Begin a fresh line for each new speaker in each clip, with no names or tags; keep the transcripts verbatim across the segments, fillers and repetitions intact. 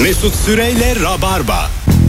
Mesut Süreyle Rabarba.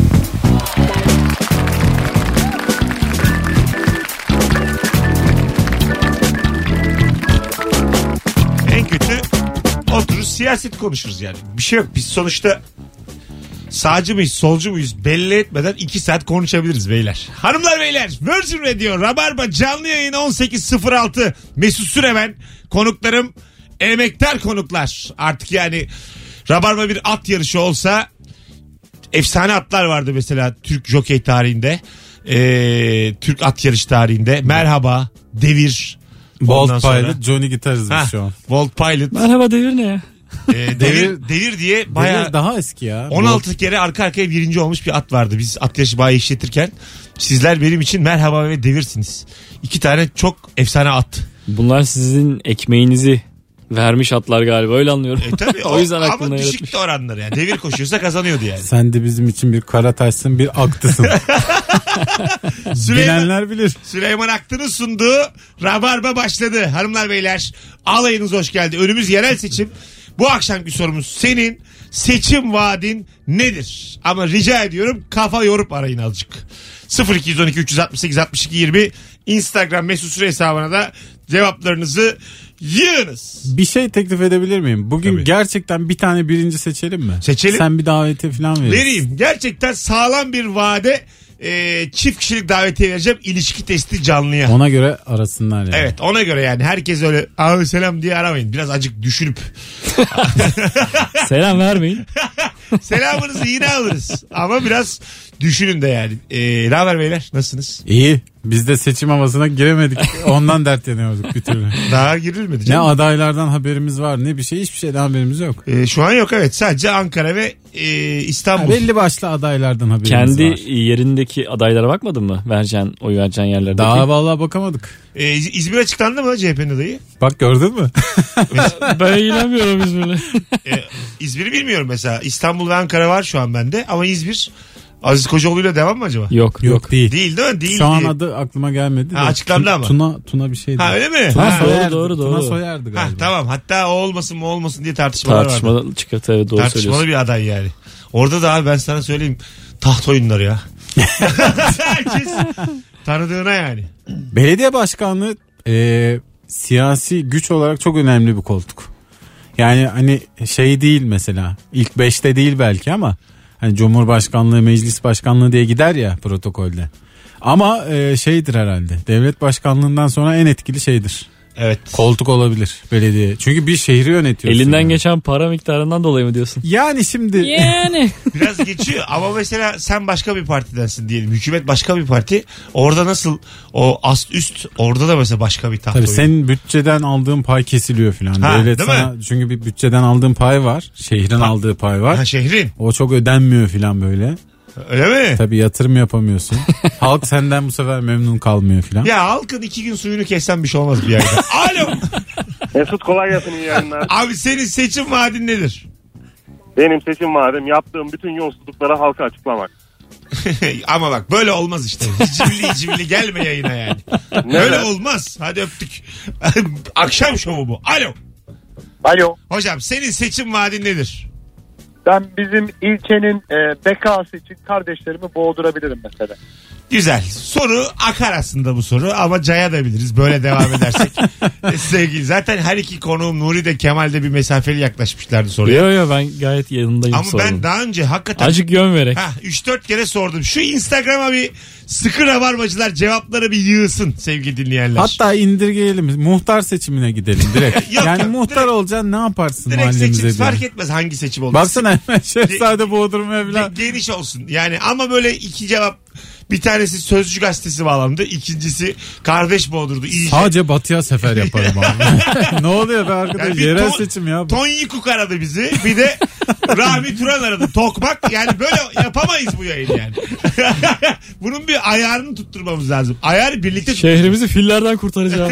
En kötü otururuz siyaset konuşuruz yani. Bir şey yok. Biz sonuçta sağcı mıyız solcu muyuz belli etmeden iki saat konuşabiliriz beyler. Hanımlar beyler, Virgin Radio Rabarba canlı yayın on sekiz sıfır altı Mesut Süre ben. Konuklarım emektar konuklar. Artık yani Rabarba bir at yarışı olsa efsane atlar vardı mesela Türk jokey tarihinde. Ee, Türk at yarış tarihinde. Merhaba, Devir.
Bolt
Ondan sonra-
Pilot, Johnny Gitarız
Ha,
biz şu an.
Bolt Pilot.
Merhaba devir ne ya?
Ee, devir, devir diye bayağı
Devir daha eski ya.
on altı kere arka arkaya birinci olmuş bir at vardı. Biz at yarışı bayağı işletirken sizler benim için merhaba ve devirsiniz. İki tane çok efsane at.
Bunlar sizin ekmeğinizi vermiş atlar galiba, öyle anlıyorum.
E tabii
o yüzden
ama
aklına
düşük
yaratmış.
de oranları yani. Devir koşuyorsa kazanıyordu yani.
Sen de bizim için bir Karataş'sın, bir Aktısın.
Süleyman,
Bilenler bilir.
Süleyman Aktı'nın sunduğu Rabarba başladı. Hanımlar beyler, alayınız hoş geldi. Önümüz yerel seçim. Bu akşamki sorumuz senin seçim vaadin nedir? Ama rica ediyorum kafa yorup arayın azıcık. sıfır iki on iki üç altı sekiz altmış iki yirmi Instagram Mesut Süre hesabına da cevaplarınızı yığınız.
Bir şey teklif edebilir miyim? Bugün
Tabii.
gerçekten bir tane birinci seçelim mi?
Seçelim.
Sen bir davetiye falan verirsin.
Vereyim. Gerçekten sağlam bir vade, e, çift kişilik davetiye vereceğim. İlişki testi canlıya.
Ona göre arasınlar yani.
Evet, ona göre yani herkes öyle abi selam diye aramayın. Biraz acık düşünüp
Selam vermeyin.
selamınızı yine alırız. Ama biraz düşünün de yani. Ee, ne haber beyler? Nasılsınız?
İyi. Biz de seçim havasına giremedik. Ondan dert yanıyorduk bir türlü.
Daha girilmedi
Ne
canım.
adaylardan haberimiz var ne bir şey, hiçbir şeyden haberimiz yok.
Ee, şu an yok, evet. Sadece Ankara ve e, İstanbul.
Ha, belli başlı adaylardan haberimiz
Kendi
var.
yerindeki adaylara bakmadın mı? Vereceğin, oy vereceğin yerlerdeki.
Daha vallahi bakamadık.
Ee, İzmir açıklandı mı C H P'nin adayı?
Bak gördün mü?
Ben ilgilenmiyorum İzmir'le.
Ee, İzmir'i bilmiyorum mesela. İstanbul ve Ankara var şu an bende. Ama İzmir Aziz Kocaoğlu'yla devam mı acaba?
Yok yok.
Yok değil.
Değil değil mi? Değil
Şu an
diye.
adı aklıma gelmedi.
Ha,
de.
açıklandı
Tun-
ama.
Tuna, Tuna bir şeydi.
Ha öyle mi?
Tuna
Ha.
Soyer'di.
Doğru, doğru,
Tuna
doğru.
Soyer'di
Ha,
galiba.
tamam. Hatta o olmasın mı olmasın diye tartışmalar vardı.
Tartışmalı çıkart, evet, doğru
Tartışmalı
söylüyorsun.
bir aday yani. Orada da abi ben sana söyleyeyim, taht oyunları ya. Herkes tanıdığına yani.
Belediye başkanlığı e, siyasi güç olarak çok önemli bir koltuk. Yani hani şey değil mesela, ilk beşte değil belki ama hani Cumhurbaşkanlığı, Meclis Başkanlığı diye gider ya protokolde. Ama e, şeydir herhalde, devlet başkanlığından sonra en etkili şeydir.
Evet.
Koltuk olabilir belediye. Çünkü bir şehri yönetiyorsun.
Elinden
yani.
geçen para miktarından dolayı mı diyorsun?
Yani şimdi
Yani.
Biraz geçiyor ama mesela sen başka bir partidensin diyelim. Hükümet başka bir parti. Orada nasıl o ast üst, orada da mesela başka bir taht
tabii
oyunu.
senin bütçeden aldığın pay kesiliyor filan.
Ha,
Devlet
değil
sana, çünkü bir bütçeden aldığın pay var. Şehrin
Ha.
aldığı pay var.
Ha, şehrin.
O çok ödenmiyor filan böyle.
Öyle mi?
Tabii yatırım yapamıyorsun. Halk senden bu sefer memnun kalmıyor filan.
Ya halkın iki gün suyunu kessen bir şey olmaz bir yerde. Alo.
Mesut kolay gelsin, iyi yayınlar.
Abi senin seçim vaadin nedir?
Benim seçim vaadem yaptığım bütün yolsuzlukları halka açıklamak.
Ama bak böyle olmaz işte. Hicivli hicivli gelme yayına yani. Böyle olmaz. Hadi öptük. Akşam şovu bu. Alo.
Alo.
Hocam senin seçim vaadin nedir?
Ben bizim ilçenin e, bekası için kardeşlerimi boğdurabilirim mesela.
Güzel. Soru akar aslında bu soru ama caya da biliriz böyle devam edersek. E, sevgili zaten her iki konuğum Nuri de Kemal de bir mesafeli yaklaşmışlardı soruya.
Yo yo, ben gayet yanındayım.
Ama
sorunun.
ben daha önce hakikaten
Acık yön vererek.
ha, üç dört kere sordum. Şu Instagram'a bir sıkı rabarbacılar cevapları bir yığsın sevgili dinleyenler.
Hatta indirgeyelim. Muhtar seçimine gidelim direkt.
Yok,
yani
yok,
muhtar
direkt-
olacaksın, ne yaparsın
Direkt
mahallemize
seçim
diye.
fark etmez hangi seçim olur.
Baksana hemen Şehzade boğdurmaya falan.
Ge- Geniş olsun. Yani ama böyle iki cevap, bir tanesi Sözcü gazetesi bağlandı. İkincisi kardeş boğdurdu. İyice.
Sadece batıya sefer yaparım abi. Ne oluyor be arkadaş?
Yani bir
Yerel
ton-
seçim ya. bu.
Ton Yikuk aradı bizi. Bir de Rahmi Turan aradı. Tokmak. Yani böyle yapamayız bu yayını yani. Bunun bir ayarını tutturmamız lazım. Ayarı birlikte tutturmamız.
Şehrimizi fillerden kurtaracağım.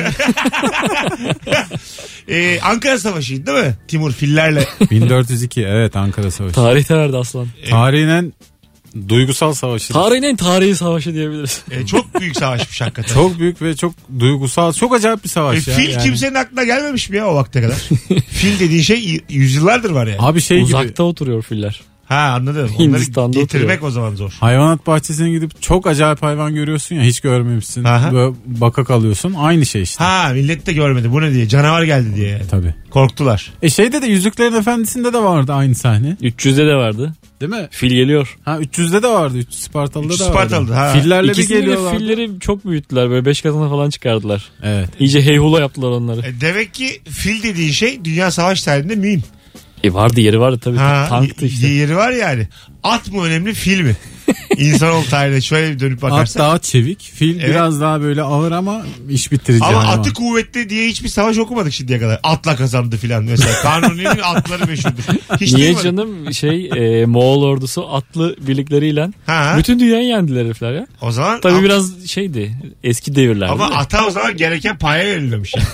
Ee, Ankara Savaşı'ydı değil mi? Timur fillerle.
bin dört yüz iki evet, Ankara Savaşı.
Tarihte verdi aslan.
Tarihin en duygusal savaşı.
Tarihin en tarihi savaşı diyebiliriz.
Ee, çok büyük savaşmış hakikaten.
Çok büyük ve çok duygusal, çok acayip bir
E,
savaş ya.
fil
Yani.
kimsenin aklına gelmemiş mi ya o vakte kadar? Fil dediğin şey y- yüzyıllardır var yani.
Abi şey gibi.
Uzakta oturuyor filler.
Ha anladım. Onları
Hindistan'da
getirmek
oturuyor.
o zaman zor.
Hayvanat bahçesine gidip çok acayip hayvan görüyorsun ya, hiç görmemişsin.
Aha.
Böyle baka kalıyorsun. Aynı şey işte.
Ha millet de görmedi. Bu ne diye. Canavar geldi diye yani.
Tabii.
Korktular.
E şeyde de Yüzüklerin Efendisi'nde de vardı aynı sahne.
üç yüzde de vardı.
Değil mi?
Fil geliyor.
Ha üç yüzde de vardı. üç Spartalı'da
üç
da
Spartalı'da,
vardı.
ha.
Fillerle bir
İkisini de
geliyorlardı.
filleri çok büyüttüler. Böyle beş katına falan çıkardılar.
Evet.
İyice heyhula yaptılar onları.
E, demek ki fil dediğin şey dünya savaş tarihinde mühim.
E vardı yeri vardı tabii.
Ha,
Tanktı işte.
Yeri var yani. At mı önemli fil mi? İnsanoğlu tarihinde şöyle bir dönüp
At
bakarsak.
daha çevik. Fil
Evet.
biraz daha böyle ağır ama iş bitirici.
Ama
hayvan.
atı kuvvetli diye hiçbir savaş okumadık şimdiye kadar. Atla kazandı filan mesela. Kanuni'nin atları meşhurdur. Hiç
Niye
duymadım.
canım şey e, Moğol ordusu atlı birlikleriyle
Ha.
bütün dünyayı yendiler herifler ya.
O zaman
Tabii
ama,
biraz şeydi eski devirlerde.
ama
de.
ata o zaman gereken paya verilmemiş. Yani.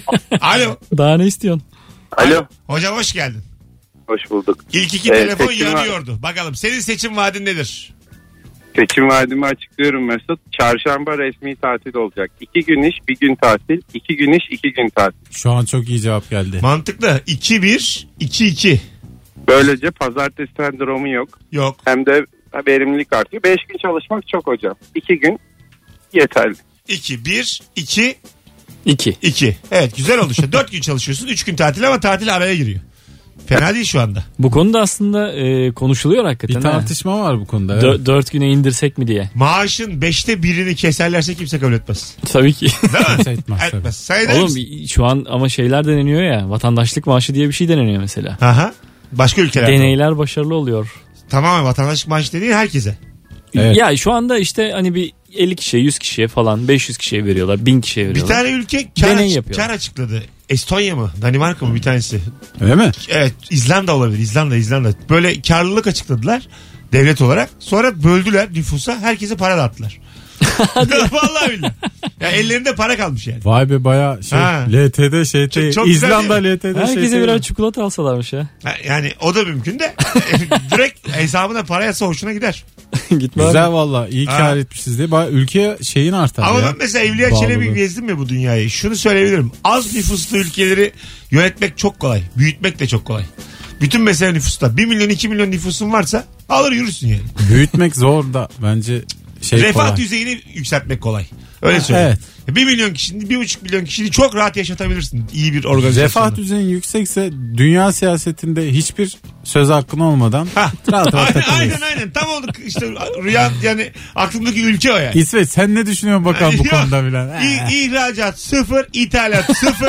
Alo.
Daha ne istiyorsun?
Alo.
Hocam hoş geldin.
Hoş bulduk.
İlk iki
Evet,
telefon
seçim var.
yanıyordu. Bakalım senin seçim vaadin nedir?
Seçim vaadimi açıklıyorum Mesut. Çarşamba resmi tatil olacak. İki gün iş, bir gün tatil. İki gün iş, iki gün tatil.
Şu an çok iyi cevap geldi.
Mantıklı. iki bir, iki iki.
Böylece pazartesi sendromu yok.
Yok.
Hem de verimlilik artıyor. Beş gün çalışmak çok hocam. İki gün yeterli.
iki bir, iki
İki.
iki. Evet güzel oldu işte. dört gün çalışıyorsun. üç gün tatil ama tatil araya giriyor. Fena değil şu anda.
Bu konuda aslında e, konuşuluyor hakikaten.
Bir
ha.
tartışma var bu konuda.
Dö-
Evet.
dört güne indirsek mi diye.
Maaşın beşte birini keserlerse kimse kabul etmez.
Tabii ki.
Değil mi?
Kimse etmez tabii.
Etmez. Sen eder
Oğlum
misin?
şu an ama şeyler deneniyor ya. Vatandaşlık maaşı diye bir şey deneniyor mesela.
Aha. Başka ülkelerde.
Deneyler başarılı oluyor.
Tamamen vatandaşlık maaşı dediğin herkese.
Evet.
Ya şu anda işte hani bir elli kişiye, yüz kişiye falan, beş yüz kişiye veriyorlar, bin kişiye
Bir
veriyorlar.
tane ülke kar,
Deney
aç-
yapıyor.
kar açıkladı. Estonya mı? Danimarka mı bir tanesi?
Öyle mi?
Evet İzlanda olabilir. İzlanda İzlanda. Böyle karlılık açıkladılar devlet olarak. Sonra böldüler nüfusa. Herkese para dağıttılar. Vallahi billahi. Ya ellerinde para kalmış yani.
Vay be baya şey
Ha.
L T D şey
Çok- çok güzel
İzlanda
değil
L T D
Herkese
şey
birer çikolata alsalarmış ya.
Ha, Yani o da mümkün de direkt hesabına para yatsa hoşuna gider.
Gitme abi.
Güzel valla iyi
Ha.
kar etmişiz diye. Baya ülkeye şeyin artar
Ama
ya.
ben mesela Evliya
Bağlılığı.
Çelebi gezdim ya bu dünyayı. Şunu söyleyebilirim. Az nüfuslu ülkeleri yönetmek çok kolay. Büyütmek de çok kolay. Bütün mesele nüfusta. bir milyon iki milyon nüfusun varsa alır yürürsün yani.
Büyütmek zor da bence şey
Refah
kolay.
düzeyini yükseltmek kolay. Öyle söyleyeyim. bir milyon kişinin bir buçuk milyon kişiyi çok rahat yaşatabilirsin. İyi bir organizasyonda.
Refah düzeyin yüksekse dünya siyasetinde hiçbir söz hakkın olmadan
Ha.
rahat rahat
aynen,
takılırız.
aynen aynen tam oldu işte rüya yani aklımdaki ülke o yani.
İsveç sen ne düşünüyorsun bakalım bu
Yok.
konuda bilen?
İ- ihracat sıfır, ithalat sıfır,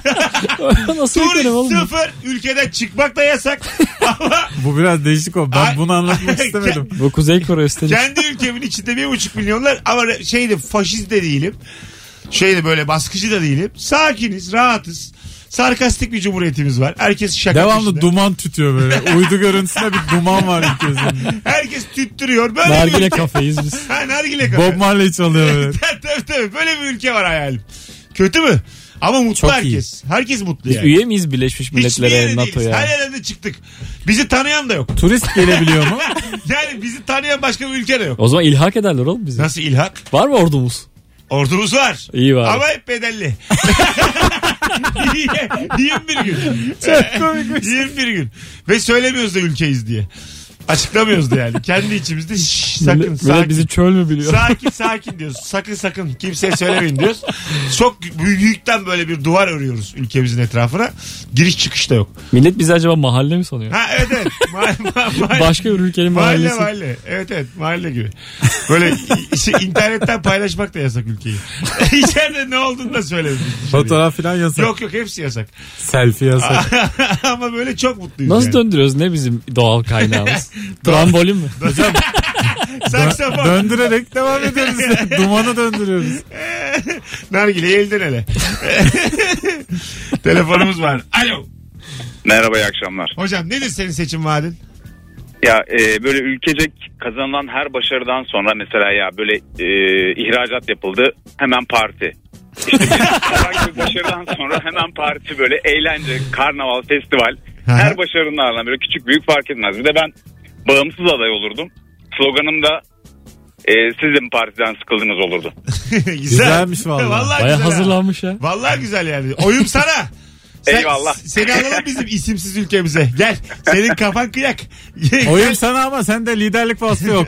Nasıl
turist
ülkenim oğlum? bu?
sıfır, ülkeden çıkmak da yasak. Ama
Bu biraz değişik o. Ben
Ay-
bunu anlatmak istemedim.
Bu Kuzey Kore üstelik.
kendi ülkemin içinde bir buçuk milyonlar ama re- şeyde faşist de değilim. Şeyde böyle baskıcı da değilim. Sakiniz, rahatız. Sarkastik bir cumhuriyetimiz var. Herkes şaka
Devamlı
peşinde.
duman tütüyor böyle. Uydu görüntüsünde bir duman var ilk gözünde.
Herkes tüttürüyor. Böyle bir
Nargile
ülke.
kafeyiz biz.
Ha, nargile kafe.
Bob Marley çalıyor böyle.
tabii, tabii, tabii. Böyle bir ülke var hayalim. Kötü mü? Ama mutlu
Çok
herkes. Herkes mutlu
Biz
yani.
üye miyiz Birleşmiş
Hiçbir yere
Milletler'e,
değiliz.
NATO'ya?
Her yerden çıktık. Bizi tanıyan da yok.
Turist gelebiliyor mu?
Yani bizi tanıyan başka bir ülke de yok.
O zaman ilhak ederler oğlum bizi.
Nasıl ilhak?
Var mı ordumuz?
Ordumuz var.
İyi var.
Ama hep bedelli. yirmi bir gün.
Çok komikmiş.
yirmi bir gün. Ve söylemiyoruz da ülkeyiz diye. Açıklamıyoruz da yani. Kendi içimizde şşş, sakın
Millet, millet
sakin.
bizi çöl mü biliyor?
Sakin sakin diyoruz. Sakın sakın kimseye söylemeyin diyoruz. Çok büyükten böyle bir duvar örüyoruz ülkemizin etrafına. Giriş çıkış da yok.
Millet bizi acaba mahalle mi sanıyor?
Ha evet evet. Ma- ma- mahalle-
Başka bir ülkenin
Mahalle
mahallesi.
mahalle. Evet evet mahalle gibi. Böyle işte internetten paylaşmak da yasak ülkeyi. İçeride ne olduğunu da söylemiyoruz.
Fotoğraf falan yasak.
Yok yok hepsi yasak.
Selfie yasak.
Ama böyle çok mutluyuz
Nasıl
yani.
döndürüyoruz? Ne bizim doğal kaynağımız? Trambolin mi?
Saksafon.
Döndürerek devam ediyoruz. Dumanı döndürüyoruz.
Nargileyi elden ele. Telefonumuz var. Alo.
Merhaba, iyi akşamlar.
Hocam nedir senin seçim vaadin?
Ya e, böyle ülkecek kazanılan her başarıdan sonra mesela ya böyle e, ihracat yapıldı, hemen parti. İşte biz herhangi bir başarıdan sonra hemen parti, böyle eğlence, karnaval, festival. Her başarının ardından böyle küçük büyük fark etmez. Bir de ben bağımsız aday olurdum. Sloganım da e, sizin partiden sıkıldınız olurdu.
Güzel.
Güzelmiş vallahi.
Vallahi
Baya
güzel ha.
hazırlanmış ya.
Vallahi güzel yani. Oyum sana. Sen,
Eyvallah.
Seni alalım bizim isimsiz ülkemize. Gel. Senin kafan kıyak.
Oyum sana ama sende liderlik vasfı yok.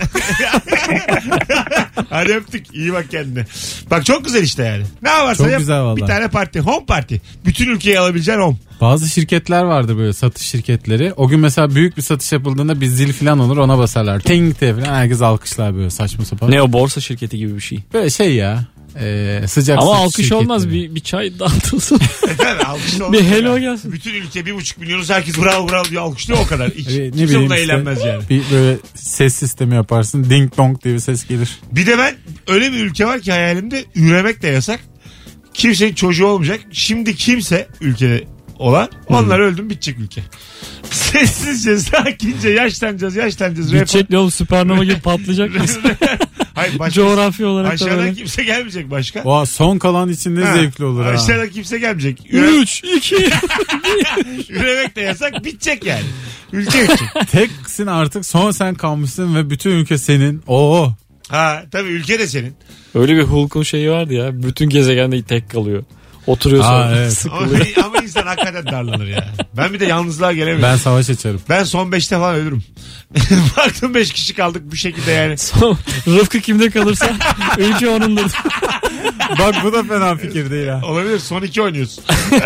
Hadi öptük. İyi bak kendine. Bak çok güzel işte yani. Ne varsa
Çok
yap.
güzel vallahi.
Bir tane parti. Home parti. Bütün ülkeyi alabileceğin home.
Bazı şirketler vardır böyle satış şirketleri. O gün mesela büyük bir satış yapıldığında bir zil falan olur, ona basarlar. Ting diye falan herkes alkışlar böyle saçma sapan.
Ne o, borsa şirketi gibi bir şey.
Böyle şey ya. E, sıcak
Ama
satış
alkış
şirketleri.
olmaz, bir, bir çay dağıtılsın.
Efendim alkış olmaz.
Bir hello
ya.
gelsin.
Bütün ülke bir buçuk milyonuz, herkes bravo bravo diye alkışlıyor, o kadar. Hiç,
Evet, ne
kimse
bileyim
bununla
işte,
eğlenmez yani.
Bir böyle ses sistemi yaparsın. Ding dong diye bir ses gelir.
Bir de ben öyle bir ülke var ki hayalimde, üremek de yasak. Kimsenin çocuğu olmayacak. Şimdi kimse ülkede olan, onlar öldüm bitecek ülke. Sessizce, sakince yaşlanacağız, yaşlanacağız.
Bitecek ne oğlum, süpernova gibi patlayacak mıyız?
Hayır, başka,
Coğrafi olarak da
aşağıdan
böyle.
kimse gelmeyecek başka.
O son kalan için ne
Ha,
zevkli olur ha.
Aşağıdan kimse gelmeyecek. Üre,
üç, iki.
üremek de yasak, bitecek yani. Ülke bitecek.
Teksin artık, son sen kalmışsın ve bütün ülke senin. Oo.
Ha tabii, ülke de senin.
Öyle bir Hulk'un şeyi vardı ya. Bütün gezegende tek kalıyor. Oturuyor
Aa,
sonra.
evet.
Sıkılıyor.
Ama, ama insan hakikaten darlanır ya. Ben bir de yalnızlığa gelemiyorum.
Ben savaş açarım.
Ben son beşte falan ölürüm. Baktım beş kişi kaldık bu şekilde yani.
Son- Rıfkı kimde kalırsa ülke onundur.
Bak bu da fena fikir değil ha.
Olabilir, son iki oynuyorsun.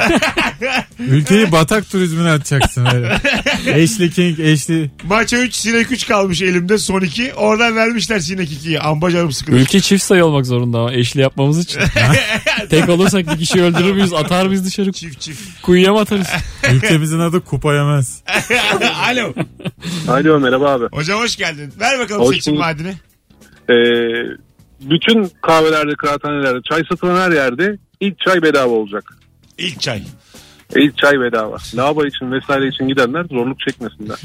Ülkeyi batak turizmine atacaksın öyle. Ashley King, Ashley.
Maça üç, sinek üç kalmış elimde, son iki. Oradan vermişler sinek ikiyi. Amba canım sıkılır.
Ülke çift sayı olmak zorunda ama eşli yapmamız için. Tek olursak bir kişi öldürür müyüz? Atar mıyız dışarı?
Çift çift.
Kuyuya mı atarız?
Ülkemizin adı Kupa Yemez.
Alo.
Alo, merhaba abi.
Hocam hoş geldin. Ver bakalım
Hoş
seçim
bulduk.
vaadini.
Ee, bütün kahvelerde, kıraathanelerde, çay satılan her yerde ilk çay bedava olacak.
İlk çay.
İlk çay bedava. Lavabo için vesaire için gidenler zorluk çekmesinler.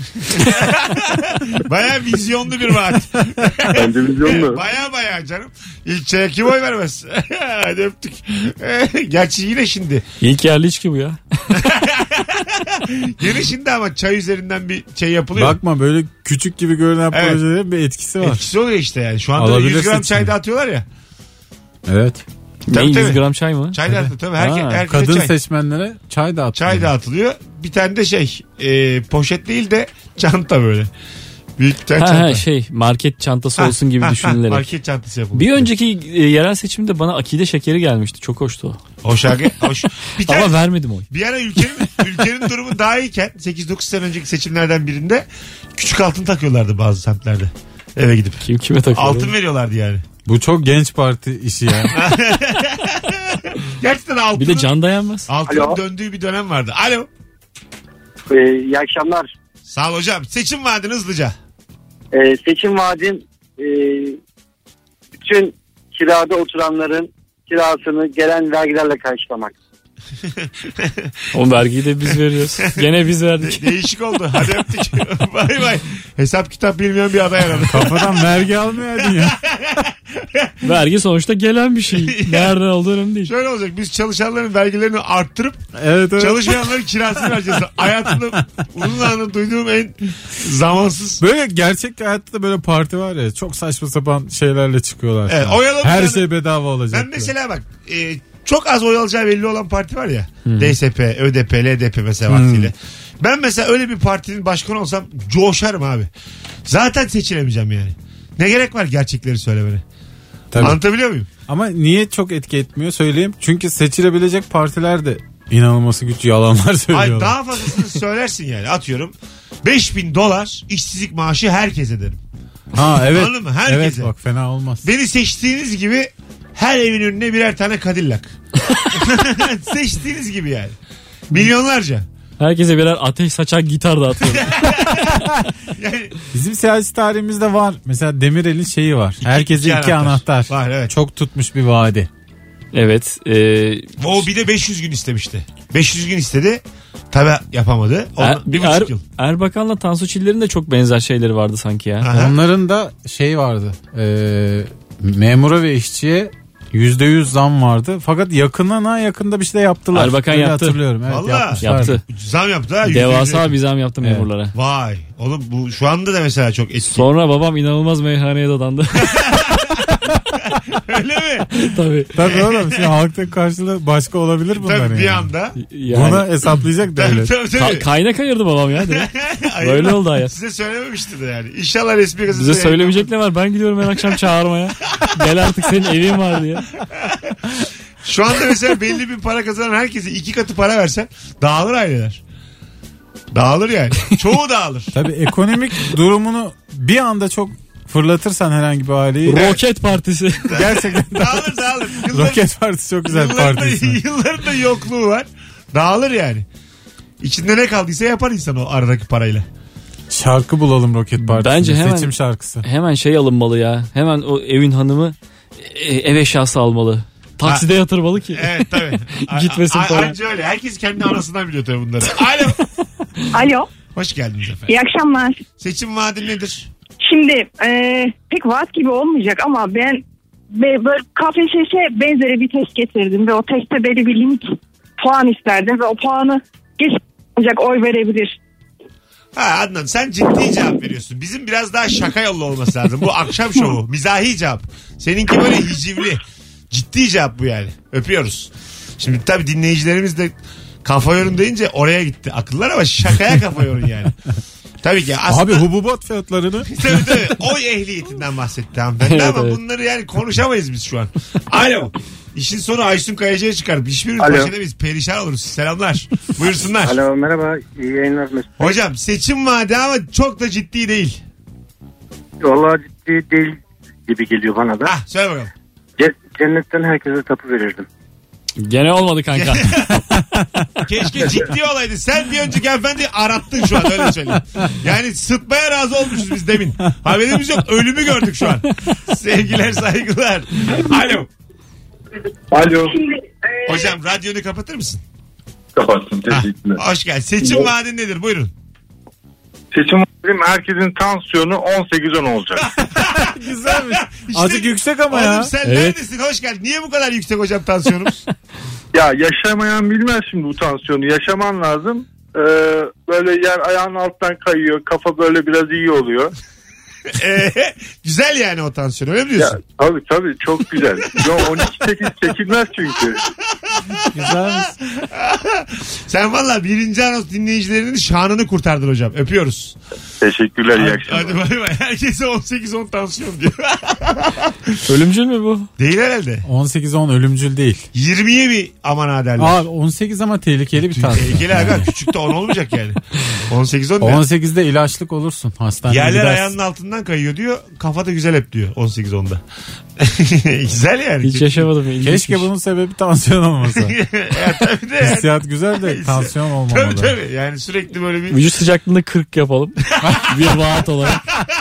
Baya vizyonlu bir vaat.
Bence vizyonlu.
Baya baya canım. İlk çaya kim oy vermez? Hadi öptük. Gerçi yine şimdi.
İlk yerli içki bu ya.
Yine şimdi ama çay üzerinden bir şey yapılıyor.
Bakma, böyle küçük gibi görünen
Evet.
projelerin bir etkisi var.
Etkisi oluyor işte yani. Şu anda yüz
Alabilirsin
gram çay
içine.
dağıtıyorlar ya.
Evet.
Tabii,
Ne, yüz
tabii.
gram çay mı?
Çay dağıtıyor tabii. Herke,
Ha,
herkese
Kadın
çay.
seçmenlere çay dağıtıyor.
Çay dağıtılıyor. Bir tane de şey e, poşet değil de çanta böyle. Büyük bir tane
Ha,
çanta.
ha, şey market çantası
Ha,
olsun gibi
ha, ha,
düşünülerek.
Market çantası yapılmış.
Bir önceki e, yerel seçimde bana akide şekeri gelmişti. Çok hoştu o.
Hoş abi. Hoş. Bir tane,
Ama vermedim oy.
bir ara ülkenin ülkenin durumu daha iyiken sekiz dokuz sene önceki seçimlerden birinde küçük altın takıyorlardı bazı semtlerde. Eve gidip.
Kim kime takıyor?
Altın veriyorlardı yani.
Bu çok genç parti işi ya.
Gerçekten altının,
Bir de can dayanmaz.
altının
Alo.
döndüğü bir dönem vardı. Alo.
Ee, iyi akşamlar.
Sağ ol hocam. Seçim vaadin hızlıca.
Ee, seçim vaadim e, bütün kirada oturanların kirasını gelen vergilerle karşılamak.
O vergiyi de biz veriyoruz. Gene biz verdik.
Değişik oldu. Hadi öptük. Bay bay. Hesap kitap bilmeyen bir aday aradı.
Kafadan vergi almayaydın ya.
Vergi sonuçta gelen bir şey. Nereden olduğu önemli değil.
Şöyle olacak. Biz çalışanların vergilerini arttırıp
Evet evet.
çalışmayanların kirasını vereceğiz. Hayatımda uzun zamandır duyduğum en zamansız.
Böyle gerçek hayatta da böyle parti var ya, çok saçma sapan şeylerle çıkıyorlar.
Evet,
falan.
oyalamış
Her
adam-
şey bedava olacak.
Ben mesela bak e, çok az oy alacağı belli olan parti var ya. D S P, Ö D P, L D P mesela vaktiyle. Ben mesela öyle bir partinin başkanı olsam coşarım abi. Zaten seçilemeyeceğim yani. Ne gerek var gerçekleri söylemene?
Tabii.
Anlatabiliyor muyum?
Ama niye çok etki etmiyor söyleyeyim. Çünkü seçilebilecek partiler de inanılması güç yalanlar söylüyorlar.
Ay daha fazlasını söylersin yani. Atıyorum beş bin dolar işsizlik maaşı herkese derim.
Ha evet.
Anladın mı? Herkese.
Evet bak, fena olmaz.
Beni seçtiğiniz gibi her evin önüne birer tane Cadillac. Seçtiğiniz gibi yani. Milyonlarca.
Herkese birer ateş saçan gitar dağıtıyorum.
Yani
Bizim siyasi tarihimizde var. Mesela Demirel'in şeyi var. Herkese iki,
iki
anahtar.
anahtar. Var, evet.
Çok tutmuş bir vaadi.
Evet. E,
o bir de beş yüz gün istemişti. beş yüz gün istedi. Tabi yapamadı. Onu,
er,
bir
er,
buçuk yıl.
Erbakan'la Tansu Çiller'in de çok benzer şeyleri vardı sanki ya.
Aha.
Onların da şey vardı. E, memura ve işçiye yüzde yüz zam vardı. Fakat yakınına yakında bir şey de yaptılar.
Erbakan
Öyle
yaptı.
hatırlıyorum. Evet,
Vallahi.
yapmışlardı.
Yaptı.
Zam yaptı ha. yüzde yüz
Devasa
yakın.
bir zam yaptı
Evet.
memurlara.
Vay. Oğlum bu şu anda da mesela çok eski.
Sonra babam inanılmaz meyhaneye dadandı.
Öyle mi?
Tabii.
Tabii oğlum şimdi halkta karşılığı başka olabilir bunlar.
Tabii bir
yani.
anda.
Yani,
Bunu hesaplayacak devlet.
Tabii, tabii, tabii.
ka- kaynak ayırdı babam ya direkt.
Hayır,
Böyle oldu hayat.
Size söylememişti de yani. İnşallah resmi gazetede.
Bize söylemeyecek ne var? Ben gidiyorum her akşam çağırmaya. Gel artık senin evin var diye.
Şu anda mesela belli bir para kazanan herkese iki katı para versen dağılır aileler. Dağılır yani. Çoğu dağılır.
Tabii ekonomik durumunu bir anda çok fırlatırsan herhangi bir aileyi.
Roket Partisi.
Gerçekten
Dağılır dağılır. Yıllar,
Roket Partisi çok güzel
yılların, da,
partisi.
yılların da yokluğu var. Dağılır yani. İçinde ne kaldıysa yapar insan o aradaki parayla.
Şarkı bulalım Roket Partisi.
Bence hemen-
Seçim şarkısı.
Hemen şey alınmalı ya. Hemen o evin hanımı e, ev eşyası almalı. Takside yatırmalı ki.
Evet tabii.
Gitmesin
a- a-
para.
Anca öyle. Herkes kendi anasından biliyor tabii bunları. Alo.
Alo.
Hoş geldiniz efendim.
İyi akşamlar.
Seçim vaadin nedir?
Şimdi e, pek vaat gibi olmayacak ama ben be- böyle K P S S benzeri bir test getirdim ve o testte belli bir limit puan isterdim ve o puanı geç ancak oy verebilir.
Ha Adnan sen ciddi cevap veriyorsun. Bizim biraz daha şaka yollu olması lazım. Bu akşam şovu. Mizahi cevap. Seninki böyle hicivli. Ciddi cevap bu yani. Öpüyoruz. Şimdi tabii dinleyicilerimiz de kafa yorun deyince oraya gitti akıllar ama şakaya kafa yorun yani. Tabii ki aslında...
Abi hububat fiyatlarını.
Tabii tabii. Oy ehliyetinden bahsetti hanımefendi
Evet,
ama
evet.
bunları yani konuşamayız biz şu an. Alo. İşin sonu Aysun Kayacı'ya çıkar. Hiçbirimiz
Alo.
baş edemeyiz. Perişan oluruz. Selamlar. Buyursunlar.
Alo merhaba, iyi yayınlar Mesut.
Hocam seçim vaadi ama çok da ciddi değil.
Vallahi ciddi değil gibi geliyor bana da.
Hah söyle bakalım.
Ce- cennetten herkese tapu verirdim.
Gene olmadı kanka.
Keşke ciddi olaydı. Sen bir önceki hanımefendiyi arattın şu an öyle söyleyeyim. Yani sıtmaya razı olmuşuz biz demin. Haberimiz yok. Ölümü gördük şu an. Sevgiler saygılar. Alo.
Alo.
Hocam radyonu kapatır mısın?
Kapattım, teşekkürler.
Ha, hoş geldin. Seçim vaadin nedir? Buyurun.
Seçim vadim herkesin tansiyonu on sekiz on olacak.
Güzelmiş.
İşte-
Azıcık yüksek ama
Oğlum
ya.
sen
Evet.
neredesin? Hoş geldin. Niye bu kadar yüksek hocam tansiyonumuz?
Ya yaşamayan bilmez şimdi bu tansiyonu. Yaşaman lazım. Ee, böyle yer ayağın alttan kayıyor. Kafa böyle biraz iyi oluyor.
Ee, güzel yani o tansiyon öyle mi
Ya,
diyorsun?
tabii tabii çok güzel. Yo, on iki sekiz çekilmez çünkü.
Güzelmiş.
Sen valla birinci anons dinleyicilerinin şanını kurtardın hocam. Öpüyoruz.
Teşekkürler, iyi
Hadi,
akşamlar.
hadi bay bay. Herkese on sekiz on tansiyon diyor.
Ölümcül mü bu?
Değil herhalde.
on sekiz on ölümcül değil.
yirmiye mi aman ha derler.
Abi on sekiz ama tehlikeli bir tansiyon.
Tehlikeli aga. Küçükte on olmayacak yani. on sekiz on ne?
on sekizde ilaçlık olursun. Hastaneye
Yerler
gidersin.
ayağının altından kayıyor diyor. Kafa da güzel hep diyor on sekiz onda. Güzel yani.
Hiç yaşamadım. İlginçmiş.
Keşke bunun sebebi tansiyon olmasa.
ya, tabii de yani.
Hissiyat güzel de tansiyon
Tabii
olmamalı.
tabii. Yani sürekli böyle bir...
Vücut sıcaklığında kırk yapalım. Bir vaat olarak.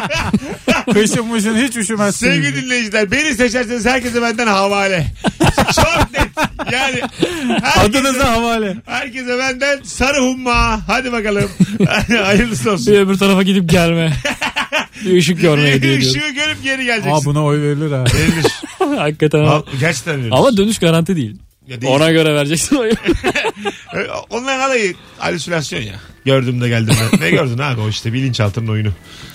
Kışın mışın hiç üşümezsin.
Sevgili dinleyiciler beni seçerseniz herkese benden havale. Çok net. Yani herkese,
Adınıza havale.
herkese benden sarı humma. Hadi bakalım. Hayırlısı olsun.
Bir öbür tarafa gidip gelme. Bir ışık görmeye hediye ediyorum.
Işığı görüp geri
Aa
geleceksin.
buna oy verilir ha.
Verilir.
Hakikaten
Al,
ama.
gerçekten verilir.
Ama dönüş garanti değil.
Ya değil.
Ona göre vereceksin oyu.
Onların alayı halüsinasyon ya. Gördüm de geldim de. Ne gördün abi o işte bilinçaltının oyunu.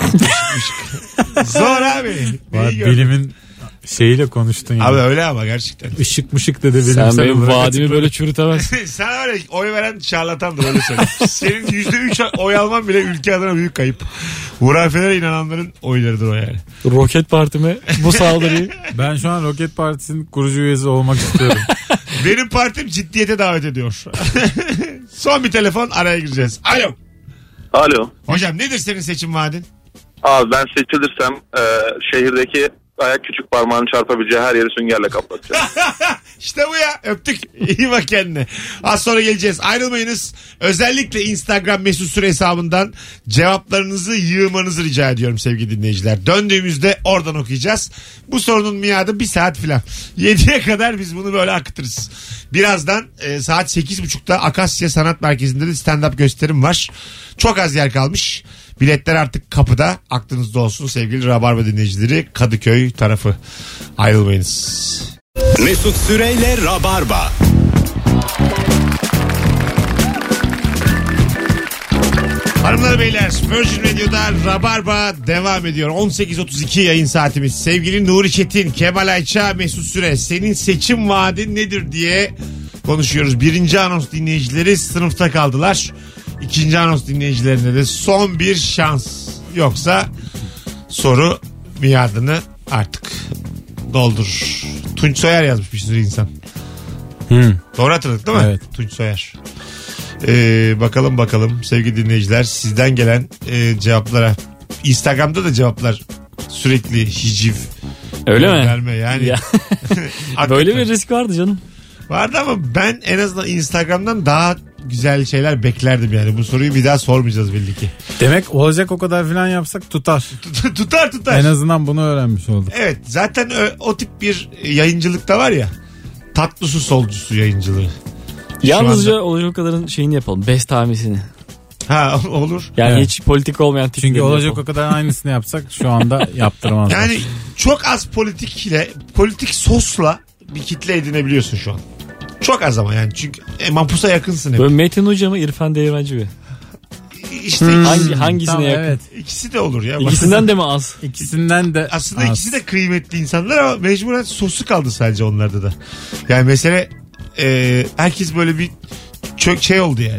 Zor abi.
Var,
Neyi gördün?
bilimin şeyiyle konuştun ya.
Abi öyle ama gerçekten.
Işık mışık dedi
Sen
bilimsel
benim
olarak
vaadimi
açıkladın.
böyle çürütemezsin.
Sana var ya oy veren şarlatandır öyle söyleyeyim. Senin yüzde üç oy alman bile ülke adına büyük kayıp. Hurafelere inananların oylarıdır o yani.
Roket Partime bu saldırıyı.
Ben şu an Roket Partisi'nin kurucu üyesi olmak istiyorum.
Benim partim ciddiyete davet ediyor. Son bir telefon araya gireceğiz. Alo.
Alo.
Hocam nedir senin seçim vaadin?
Abi ben seçilirsem e, şehirdeki ayak küçük parmağını çarpabileceği her yeri süngerle kapatacağım.
İşte bu ya. Öptük. İyi bak kendine. Az sonra geleceğiz. Ayrılmayınız. Özellikle Instagram Mesut Süre hesabından cevaplarınızı yığmanızı rica ediyorum sevgili dinleyiciler. Döndüğümüzde oradan okuyacağız. Bu sorunun miadı bir saat filan. yediye kadar biz bunu böyle akıtırız. Birazdan e, saat sekiz buçukta Akasya Sanat Merkezi'nde de stand-up gösterim var. Çok az yer kalmış. Biletler artık kapıda. Aklınızda olsun sevgili Rabarba dinleyicileri. Kadıköy tarafı. Ayrılmayınız.
Mesut Süreyle Rabarba.
Hanımlar beyler, Virgin Radio'da Rabarba devam ediyor. on sekiz otuz iki yayın saatimiz. Sevgili Nuri Çetin, Kemal Ayça, Mesut Süre, senin seçim vaadin nedir diye konuşuyoruz. Birinci anons dinleyicileri sınıfta kaldılar. İkinci anons dinleyicilerine de son bir şans. Yoksa soru miadını artık doldurur. Tunç Soyer yazmış bir sürü insan.
Hmm.
Doğru hatırladık değil mi?
Evet.
Tunç Soyer. Ee, bakalım bakalım sevgili dinleyiciler, sizden gelen e, cevaplara. Instagram'da da cevaplar sürekli hiciv.
Öyle mi?
Verme yani.
Ya. Böyle bir risk vardı canım.
Vardı ama ben en azından Instagram'dan daha güzel şeyler beklerdim yani. Bu soruyu bir daha sormayacağız belli ki.
Demek olacak o kadar falan yapsak tutar.
tutar tutar.
En azından bunu öğrenmiş olduk.
Evet, zaten o, o tip bir yayıncılıkta var ya. Tatlı su solcusu yayıncılığı.
Yalnızca olacak o kadarın şeyini yapalım. Best tahmisini.
Ha olur.
Yani
Evet.
hiç politik olmayan tipleri
Çünkü olacak
yapalım.
o kadar aynısını yapsak şu anda yaptıramazlar.
Yani çok az politikle, politik sosla bir kitle edinebiliyorsun şu an. Çok az ama yani, çünkü e, Mampus'a yakınsın hep.
Böyle Metin Hoca mı, İrfan Değirmenci mi?
İşte
Hmm.
Hangi, hangisine
Tamam,
yakın?
evet.
ikisi de olur ya.
İkisinden de mi az?
İkisinden de
Aslında
az.
ikisi de kıymetli insanlar ama mecburen sosu kaldı sadece onlarda da. Yani mesele e, herkes böyle bir çok şey oldu yani.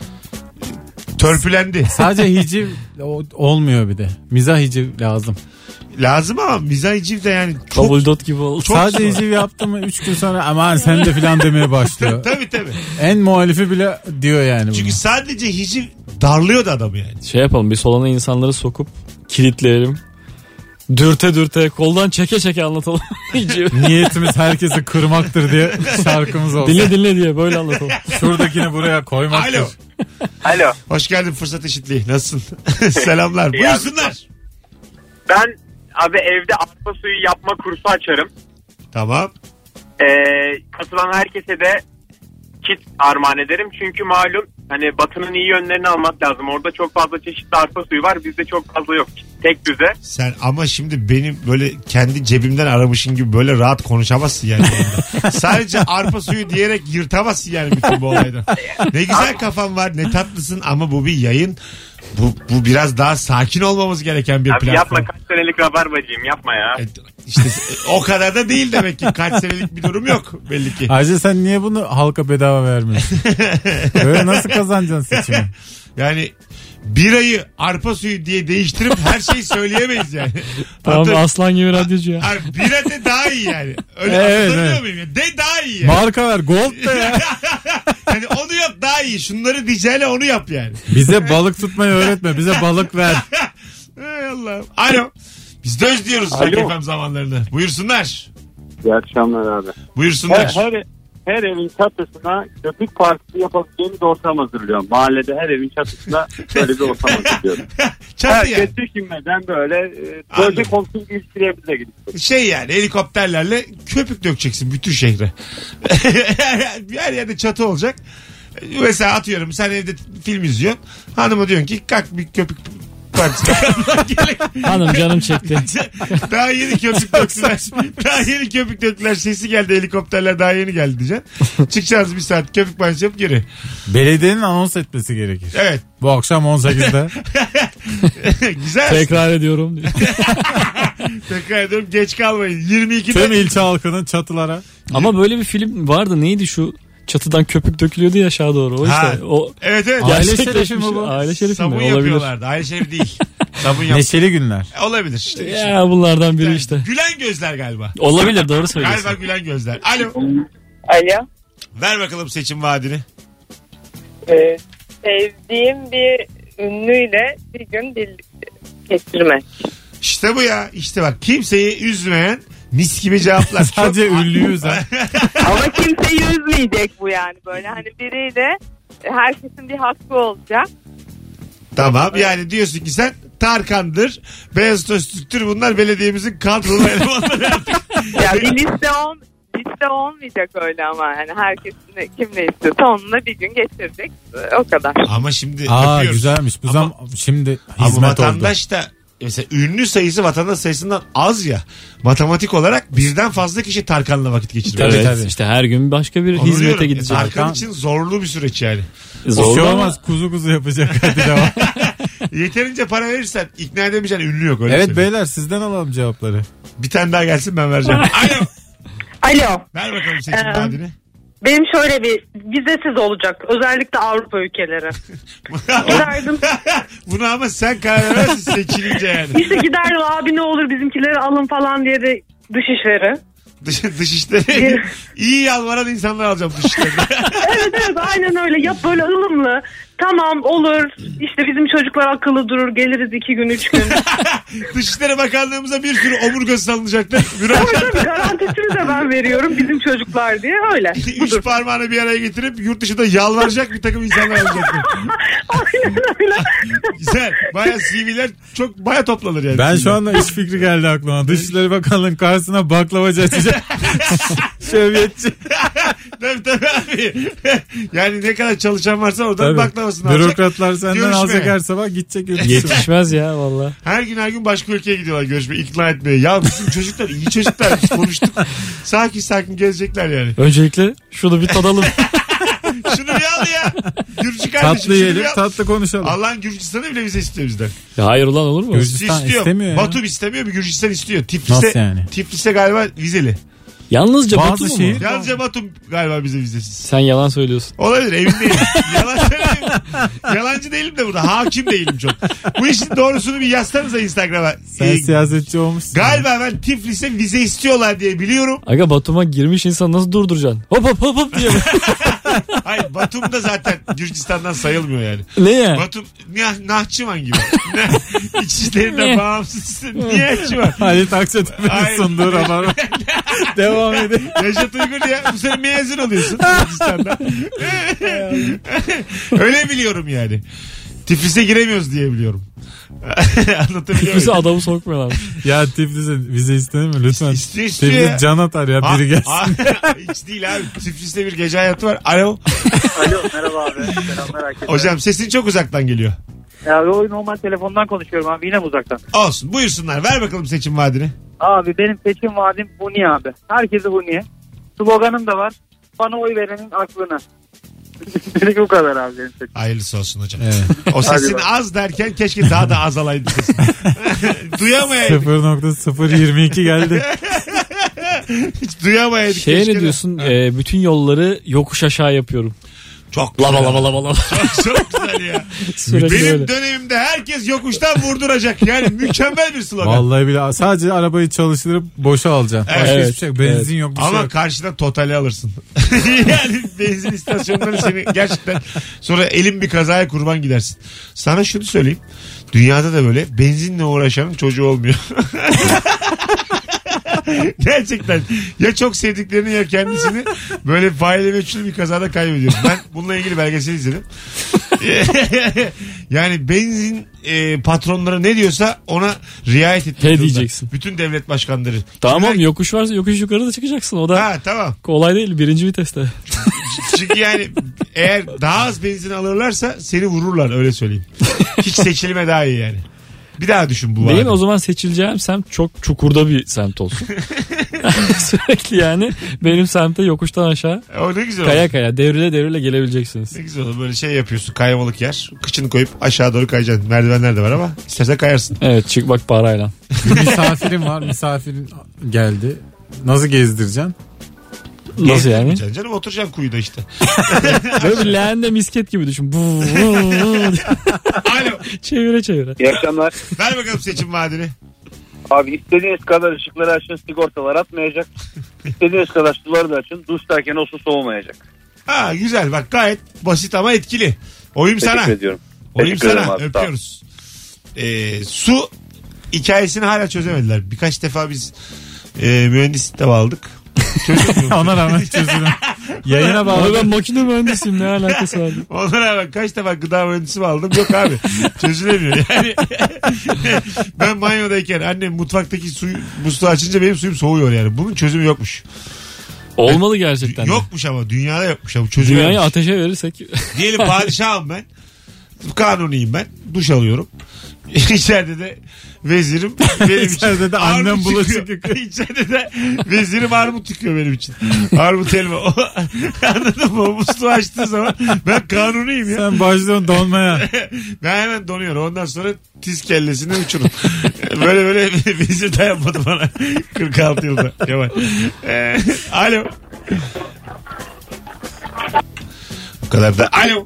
Törpülendi.
Sadece hiciv o- olmuyor bir de. Mizah hiciv lazım.
Lazım ama mizahiciv de yani çok...
Kabuldot gibi oldu.
Çok
Sadece
zor.
hiciv yaptı mı üç gün sonra aman sen de filan demeye başlıyor.
Tabii tabii.
En muhalifi bile diyor yani bunu.
Çünkü sadece hiciv darlıyordu adamı yani.
Şey yapalım, bir solana insanları sokup kilitleyelim. Dürte dürte koldan çeke çeke anlatalım.
Niyetimiz herkesi kırmaktır diye şarkımız olsun.
Dinle dinle diye böyle anlatalım.
Şuradakini buraya koymaktır.
Alo.
Alo.
Hoş geldin Fırsat Eşitliği. Nasılsın? Selamlar.
İyi
Buyursunlar.
Ben abi evde arpa suyu yapma kursu açarım.
Tamam.
Ee, katılan herkese de kit armağan ederim. Çünkü malum hani Batı'nın iyi yönlerini almak lazım. Orada çok fazla çeşitli arpa suyu var. Bizde çok fazla yok. Tek düze.
Sen ama şimdi benim böyle kendi cebimden aramışın gibi böyle rahat konuşamazsın yani. Sadece arpa suyu diyerek yırtamazsın yani bütün bu olaydan. Ne güzel kafan var, ne tatlısın ama bu bir yayın. Bu, bu biraz daha sakin olmamız gereken bir
Abi
platform.
yapma, kaç senelik rabarbacıyım, yapma ya.
E, İşte o kadar da değil demek ki. Kaç senelik bir durum yok belli ki.
Ayrıca sen niye bunu halka bedava vermiyorsun? Böyle nasıl kazanacaksın seçimi?
Yani birayı arpa suyu diye değiştirip her şeyi söyleyemeyiz yani.
Tamam,
Hatta-
aslan gibi radyocu ya.
Abi bira de daha iyi yani. Öyle
Evet,
anlatabiliyor
evet.
muyum? ya? De daha iyi yani.
Marka ver gold da ya.
Yani onu yap daha iyi. Şunları diyeceğine onu yap yani.
Bize balık tutmayı öğretme. Bize balık ver.
Hay Allah'ım. Alo. Biz de özlüyoruz Rock F M zamanlarını. Buyursunlar.
İyi akşamlar abi.
Buyursunlar.
Her, her, her evin çatısına köpük partisi yapabileceğim bir ortam hazırlıyorum. Mahallede her evin çatısına böyle bir ortam hazırlıyorum.
Çatı
Herkes
yani.
düşünmeden böyle e,
Anladım.
proje konusunu geliştirebilir gidip.
Şey yani helikopterlerle köpük dökeceksin bütün şehre. Her yerde çatı olacak. Mesela atıyorum sen evde film izliyorsun. Hanıma diyorsun ki kalk bir köpük partisi.
Hanım canım çekti.
Daha yeni köpük döktüler. Daha yeni köpük döktüler. Sesi geldi, helikopterler daha yeni geldi diyeceksin. Çıkacağız bir saat köpük partisi yapıp geri.
Belediyenin anons etmesi gerekir.
Evet.
Bu akşam on sekizde.
Güzel.
Tekrar ediyorum diyor.
Tekrar ediyorum, geç kalmayın. yirmi ikide.
Tüm ilçe halkının çatılara.
Ama böyle bir film vardı, neydi şu? Çatıdan köpük dökülüyordu ya aşağı doğru. O
Ha,
işte o
evet evet.
Aile
gerçekleşmiş.
şerefi mi bu?
Aile şerefi
Sabun
mi? Olabilir.
yapıyorlardı. Aile şerif değil. Sabun yap.
Neşeli günler.
Olabilir işte.
Ya bunlardan biri
Yani
işte.
Gülen gözler galiba.
Olabilir, doğru söylüyorsun.
Galiba gülen gözler. Alo.
Alo.
Ver bakalım seçim vaadini.
Ee, sevdiğim bir ünlüyle bir gün birlikte geçirmek.
İşte bu ya. İşte bak, kimseyi üzmeyen mis gibi cevaplar.
Sadece
Çok-
ünlüyüz ha.
Ama kimseyi üzmeyecek bu yani, böyle hani biriyle herkesin bir hakkı olacak.
Tamam, yani diyorsun ki sen Tarkan'dır, Beyazıt Öztürk'tür, bunlar belediyemizin kadrolu elemanları artık.
Ya bir liste ol, liste olmayacak öyle ama yani herkes ne, kim ne istiyorsa onunla bir gün geçirecek, o kadar.
Ama şimdi
Aa
öpüyoruz.
güzelmiş. Bu
Ama-
zam şimdi
Ama
hizmet oldu.
vatandaş da mesela ünlü sayısı vatandaş sayısından az ya. Matematik olarak birden fazla kişi Tarkan'la vakit geçiriyor.
Tabii,
Evet,
tabii.
işte her gün başka bir
Onu
hizmete
diyorum.
gidecek.
Tarkan
Tarkan-
için zorlu bir süreç yani.
Bir
Zor
şey
ama
olmaz, kuzu kuzu yapacak. Hadi devam.
Yeterince para verirsen ikna edemeyeceksin, ünlü yok. Öyle
Evet
söyleyeyim.
beyler sizden alalım cevapları.
Bir tane daha gelsin ben vereceğim. Alo.
Alo.
Ver bakalım seçim
Ee,
vaadini.
Benim şöyle bir vizesiz olacak. Özellikle Avrupa ülkeleri. Giderdim.
Bunu ama sen karar versin seçilince yani.
İşte giderdim abi ne olur bizimkileri alın falan diye de dışişleri.
Dış, dışişleri iyi yalvaran insanlar alacağım dışişlerini.
Evet evet aynen öyle. Yap böyle ılımlı. Tamam olur. İşte bizim çocuklar akıllı durur. Geliriz iki gün üç gün.
Dışişleri Bakanlığımıza bir sürü omurga salınacaktır.
Tabii tabii garantisini de ben veriyorum bizim çocuklar diye öyle.
Üç parmağını bir araya getirip yurt dışında yalvaracak bir takım insanlar alacaktır.
Aynen öyle.
Güzel. Baya C V'ler çok baya toplanır yani.
Ben şu anda iş fikri geldi aklıma. Dışişleri Bakanlığı'nın karşısına baklavacı açacak. Şövyetçi.
Tabii tabii abi. Yani ne kadar çalışan varsa oradan
Tabii.
baklavasını alacak.
Bürokratlar senden
Görüşmeye.
alacak her sabah gidecek.
Yetişmez ya valla.
Her gün her gün başka ülkeye gidiyorlar görüşmeye, ikna etmeye. Ya bizim çocuklar iyi çocuklar, biz konuştuk. Sakin sakin gezecekler yani.
Öncelikle şunu bir tadalım.
Şunu bir al ya. Gürcü kardeşim.
Tatlı
şunu
yiyelim
bir al.
tatlı konuşalım.
Allah'ın Gürcistan'ı bile vize istiyor bizden.
Ya hayır ulan olur mu?
Gürcistan
istiyor.
istemiyor ya.
Batum istemiyor, bir Gürcistan istiyor. Tiflis'e,
Nasıl yani?
Tiflis'e galiba vizeli.
Yalnızca
Bazı
Batum mu?
şehir-
Yalnızca Batum galiba bize vizesiz.
Sen yalan söylüyorsun.
Olabilir, emin değilim. Yalan söyleyeyim. Yalancı değilim de burada. Hakim değilim çok. Bu işin doğrusunu bir yazsanıza Instagram'a.
Sen
Ee,
siyasetçi olmuşsun.
Galiba ben Tiflis'e vize istiyorlar diye biliyorum.
Aga Batum'a girmiş insan nasıl durduracaksın? Hop hop hop hop diye.
Hayır, Batum da zaten Gürcistan'dan sayılmıyor yani.
Ne ya?
Batum Nah- Nahçıvan gibi. İçişlerinden bağımsız. Niye Nahçıvan?
Halit Akçatepe'nin
Aynen.
sunduğu rabar. Devam edelim.
Neşet Uygur ya. Bu sene mezun oluyorsun Gürcistan'da. Öyle biliyorum yani. Tiflis'e giremiyoruz diye biliyorum. Anlatabiliyor
Tiflis'e
muyum?
adamı sokmuyorlar.
Ya Tiflis'e vize istenir mi lütfen?
İstiyor, istiyor ya.
Tiflis can atar ya
Ha-
biri gelsin.
ha- Hiç değil abi. Tiflis'te bir gece hayatı var. Alo.
Alo merhaba abi. Selamlar herkese.
Hocam sesin çok uzaktan geliyor.
Ya o normal telefondan konuşuyorum abi yine mi uzaktan?
Olsun, buyursunlar. Ver bakalım seçim vaadini.
Abi benim seçim vaadim Huniye abi. Herkese Huniye. Sloganım da var. Bana oy verenin aklına. Benim bu kadar abi benim seçim.
Hayırlısı olsun hocam.
Evet.
O sesin
Hadi
az derken keşke daha da azalaydı sesin. Duyamayaydık.
sıfır nokta sıfır yirmi iki geldi.
Hiç duyamayaydık.
Şeye
keşke
ne
de.
diyorsun? E, bütün yolları yokuş aşağı yapıyorum.
Çok güzel.
Lava lava lava lava.
Çok, çok güzel ya.
Sürekli
Benim
öyle.
dönemimde herkes yokuştan vurduracak. Yani mükemmel bir slogan.
Vallahi bile sadece arabayı çalıştırıp boşa alacaksın. Başka
Evet.
hiçbir şey yok. Benzin yok bir şey
Ama
yok.
karşıdan totali alırsın. Yani benzin istasyonları seni gerçekten sonra elin bir kazaya kurban gidersin. Sana şunu söyleyeyim. Dünyada da böyle benzinle uğraşanın çocuğu olmuyor. Gerçekten ya çok sevdiklerini ya kendisini böyle faile meçhul bir kazada kaybediyoruz. Ben bununla ilgili belgesel izledim. Yani benzin e, patronları ne diyorsa ona riayet etmek
He
zorunda.
diyeceksin.
Bütün devlet başkanları.
Tamam
Çünkü-
yokuş varsa yokuş yukarı da çıkacaksın. O da
Ha tamam.
kolay değil birinci viteste.
Çünkü yani eğer daha az benzin alırlarsa seni vururlar, öyle söyleyeyim. Hiç seçilme daha iyi yani. Bir daha düşün bu
Benim
vaadi.
o zaman seçileceğim semt çok çukurda bir semt olsun. Sürekli yani benim semte yokuştan aşağı
O ne güzel
kaya
olur.
kaya devrile devrile gelebileceksiniz.
Ne güzel olur, böyle şey yapıyorsun, kaymalık yer. Kıçını koyup aşağı doğru kayacaksın. Merdivenler de var ama istersen kayarsın.
Evet çık bak parayla.
Misafirim var. Misafirin geldi. Nasıl gezdireceksin?
Nasıl yani?
Gezdirmeyeceksin canım, oturacaksın kuyuda işte.
Böyle bir leğende misket gibi düşün. Bu, bu, bu.
Alo.
Çevire çevire.
İyi akşamlar.
Ver bakalım seçim vaadini.
Abi istediğiniz kadar ışıkları açın, sigortalar atmayacak. İstediğiniz kadar suları da açın. Duştayken o su soğumayacak.
Ha güzel, bak gayet basit ama etkili. Oyum sana.
Teşekkür ediyorum.
Oyum
Teşekkür ederim
sana.
abi,
Öpüyoruz. Ee, su hikayesini hala çözemediler. Birkaç defa biz e, mühendislikte aldık. Çözemiyoruz.
Ona rağmen çözülüm. Yayına
Abi
bağlı.
ben makine mühendisiyim ne alakası var?
Onlara bak, kaç defa gıda mühendisi mi aldım, yok abi çözülemiyor yani. Ben banyodayken annem mutfaktaki suyu musluğu açınca benim suyum soğuyor yani. Bunun çözümü yokmuş.
Olmalı gerçekten. de.
Yokmuş ama dünyada yokmuş ama çözülüyor.
Dünyayı ateşe verirsek.
Diyelim padişahım ben, kanuniyim ben, duş alıyorum. İçeride de vezirim benim için.
İçeride de annem
armut
bulaşık
yıkıyor.
yıkıyor.
İçeride de vezirim armut yıkıyor benim için. Armut elma. O, anladın mı? O musluğu açtığı zaman ben kanuniyim ya.
Sen başlıyorsun donmaya.
Ben hemen donuyorum. Ondan sonra tiz kellesini uçurun. Böyle böyle vezir dayanmadı bana. kırk altı yılda. Kemal. Ee, alo. Bu kadar da. Alo.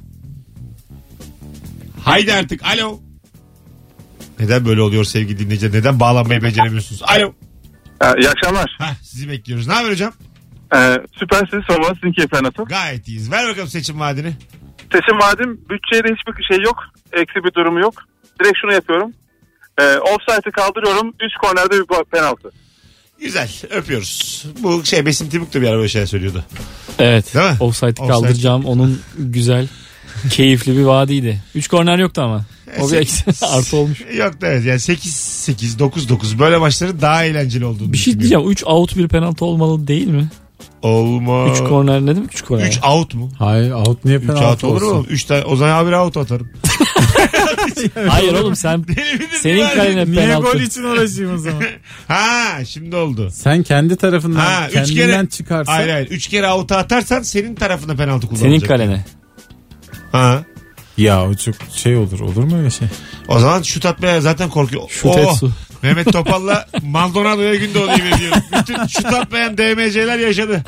Haydi artık. Alo. Neden böyle oluyor sevgili dinleyiciler? Neden bağlanmayı beceremiyorsunuz? Alo.
Ee, iyi akşamlar.
Hah, sizi bekliyoruz. Ne haber hocam?
Ee, süpersiniz. Sormalı. Sizin keyifler nasıl?
Gayet iyiyiz. Ver bakalım seçim vaadini.
Seçim vaadim, bütçede hiçbir şey yok. Eksi bir durumu yok. Direkt şunu yapıyorum. Ee, offside'ı kaldırıyorum. Üç kornerde bir penaltı.
Güzel. Öpüyoruz. Bu şey Besim Tibuk da bir ara böyle şeyler söylüyordu.
Evet.
Değil mi?
Offside'ı
Offside.
kaldıracağım. Onun güzel, keyifli bir vaadiydi. üç korner yoktu ama. O bir eksi artı olmuş.
Yok da evet. Yani sekiz sekiz dokuz dokuz böyle maçların daha eğlenceli olduğunu
Bir şey diyeceğim. üç out bir penaltı olmalı değil mi?
Olma.
üç korner ne demek üç korner?
üç out mu?
Hayır out niye
üç
penaltı
out olur
olsun?
mu? üç tane o zaman abi out atarım.
Hayır oğlum sen senin kalene
Niye
penaltı.
gol için uğraşayım o zaman?
Ha şimdi oldu.
Sen kendi tarafından
Ha, üç
kendinden
kere,
çıkarsan.
hayır hayır. üç kere out'a atarsan senin tarafına penaltı kullanacak.
Senin kalene.
Ha.
Ya o çok şey olur. Olur mu öyle şey?
O zaman şut atmaya zaten korkuyor.
Şut
Oh,
etsu.
Mehmet Topal'la Maldonado'ya Gündoğdu gibi ediyorum. Bütün şut atmayan D M C'ler yaşadı.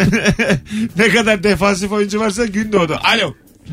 Ne kadar defansif oyuncu varsa Gündoğdu. Alo.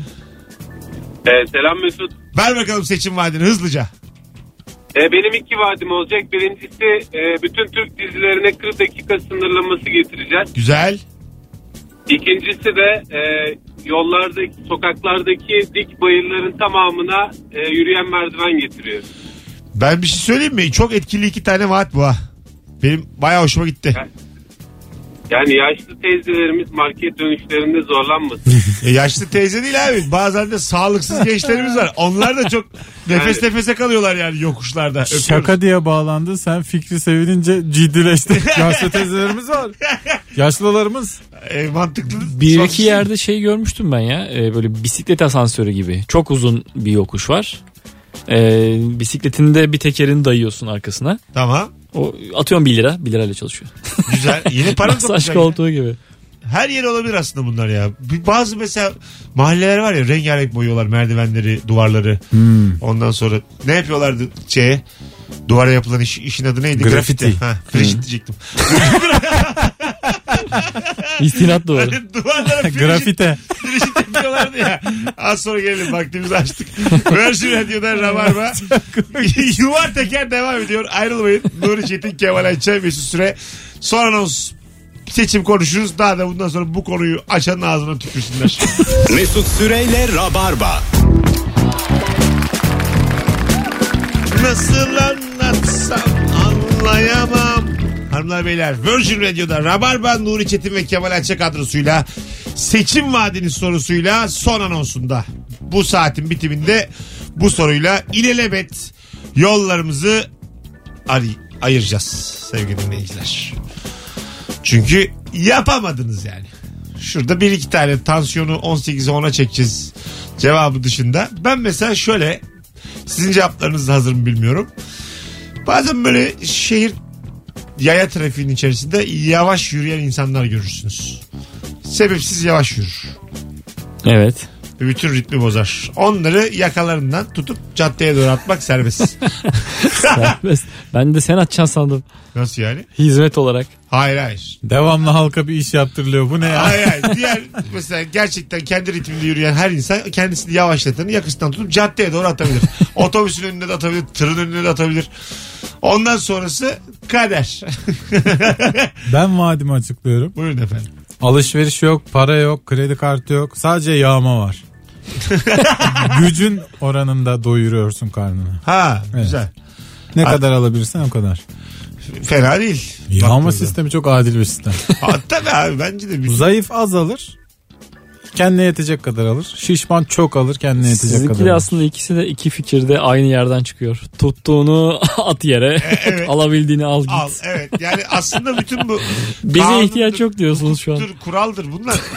Ee, selam Mesut.
Ver bakalım seçim vaadini hızlıca.
Ee, benim iki vaadim olacak. Birincisi e, bütün Türk dizilerine kırk dakika sınırlaması getireceğiz.
Güzel.
İkincisi de e, yollardaki, sokaklardaki dik bayırların tamamına e, yürüyen merdiven getiriyor.
Ben bir şey söyleyeyim mi? Çok etkili iki tane vaat bu ha. Benim bayağı hoşuma gitti.
Yani, yani yaşlı teyzelerimiz market dönüşlerinde zorlanmasın.
E yaşlı teyze değil abi. Bazen de sağlıksız gençlerimiz var. Onlar da çok nefes
Yani-
nefese kalıyorlar yani yokuşlarda. Öpüyoruz.
Şaka diye bağlandı. Sen fikri sevinince ciddileşti. Yaşlı teyzelerimiz var. Yaşlılarımız.
E, mantıklı.
Bir
Son-
iki yerde şey görmüştüm ben ya. E, böyle bisiklet asansörü gibi. Çok uzun bir yokuş var. E, bisikletinde bir tekerini dayıyorsun arkasına.
Tamam.
O atıyorum bir lira. bir lirayla çalışıyor.
Güzel. Yeni para
Masaj
toplayacak.
koltuğu gibi.
Her yer olabilir aslında bunlar ya. Bir- Bazı mesela mahalleler var ya rengarenk boyuyorlar merdivenleri, duvarları.
Hmm.
Ondan sonra ne yapıyorlardı şeye? Duvara yapılan iş, işin adı neydi?
Grafiti.
Ha, grafiti diyecektim.
İstinat duvarı.
Hani duvarlara frişit,
Grafite.
frişit yapıyorlardı ya. Az sonra gelelim vaktimizi açtık. Virgin Radio'dan Rabarba. Yuvar teker devam ediyor. Ayrılmayın. Nuri Çetin, Kemal Ayça, Mesut Süre. Son anons. Seçim konuşuruz. Daha da bundan sonra bu konuyu açanın ağzına tükürsünler.
Mesut Süreyle Rabarba.
Nasıl anlatsam anlayamam. Hanımlar beyler Virgin Radio'da Rabarba, Nuri Çetin ve Kemal Ayça kadrosuyla seçim vaadiniz sorusuyla son anonsunda. Bu saatin bitiminde bu soruyla ilelebet yollarımızı ay- ayıracağız sevgili dinleyiciler. Çünkü yapamadınız yani. Şurada bir iki tane tansiyonu on sekize ona çekeceğiz cevabı dışında. Ben mesela şöyle, sizin cevaplarınız da hazır mı bilmiyorum. Bazen böyle şehir yaya trafiğinin içerisinde yavaş yürüyen insanlar görürsünüz. Sebepsiz yavaş yürür.
Evet.
Ve bütün ritmi bozar. Onları yakalarından tutup caddeye doğru atmak serbest.
Serbest. Ben de sen atacaksın sandım.
Nasıl yani?
Hizmet olarak.
Hayır hayır.
Devamlı halka bir iş yaptırılıyor. Bu ne ya?
Hayır hayır. Diğer mesela gerçekten kendi ritminde yürüyen her insan kendisini yavaşlatanı yakasından tutup caddeye doğru atabilir. Otobüsün önüne de atabilir. Tırın önüne de atabilir. Ondan sonrası kader.
Ben vaadimi açıklıyorum.
Buyurun efendim.
Alışveriş yok, para yok, kredi kartı yok. Sadece yağma var. Gücün oranında doyuruyorsun karnını.
Ha
Evet.
güzel.
Ne
Ha-
kadar alabilirsen o kadar.
Fena değil.
Yağma
Baktığında.
sistemi çok adil bir sistem.
Ha, tabii abi bence de. Bir...
Zayıf az alır. Kendine yetecek kadar alır. Şişman çok alır, kendine yetecek
Sizinki
kadar
de
alır.
aslında ikisi de iki fikirde aynı yerden çıkıyor. Tuttuğunu at yere.
evet.
Alabildiğini al git.
Al evet yani aslında bütün bu
Bize
kanundur,
ihtiyaç yok diyorsunuz şu an.
hukuktur, kuraldır bunlar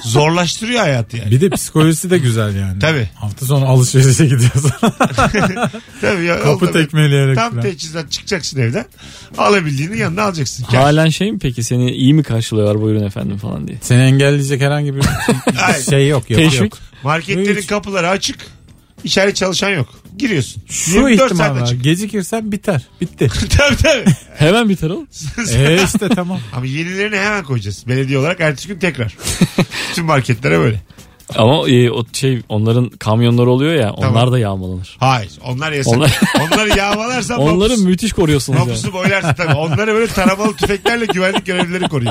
Zorlaştırıyor hayatı yani.
Bir de psikolojisi de güzel yani.
Tabii.
Hafta sonu alışverişe gidiyorsun.
Tabii ya,
Kapı tekmeleyerek.
Tam
falan.
teçhizat çıkacaksın evden. Alabildiğini yanına alacaksın.
Halen şey mi peki, seni iyi mi karşılıyorlar, buyurun efendim falan diye?
Seni engelleyecek herhangi bir şey yok. yok
Teşvik.
yok.
Marketlerin
Hiç.
kapıları açık. İçeri çalışan yok. Giriyorsun.
Şu
yirmi dört
ihtimal
saat
var.
açık.
Gecikirsen biter. Bitti.
Tabii tabii.
Hemen biter o.
Eee işte tamam.
Ama yenilerini hemen koyacağız. Belediye olarak ertesi gün tekrar. Tüm marketlere böyle.
Ama e, o şey, onların kamyonları oluyor ya, onlar
Tamam.
da yağmalanır.
Hayır. Onlar yasak.
Onlar-
Onları yağmalarsan
Onları
mapus-
müthiş koruyorsunuz yani.
mapusu boylarsın tabii. Onları böyle taramalı tüfeklerle güvenlik görevlileri koruyor.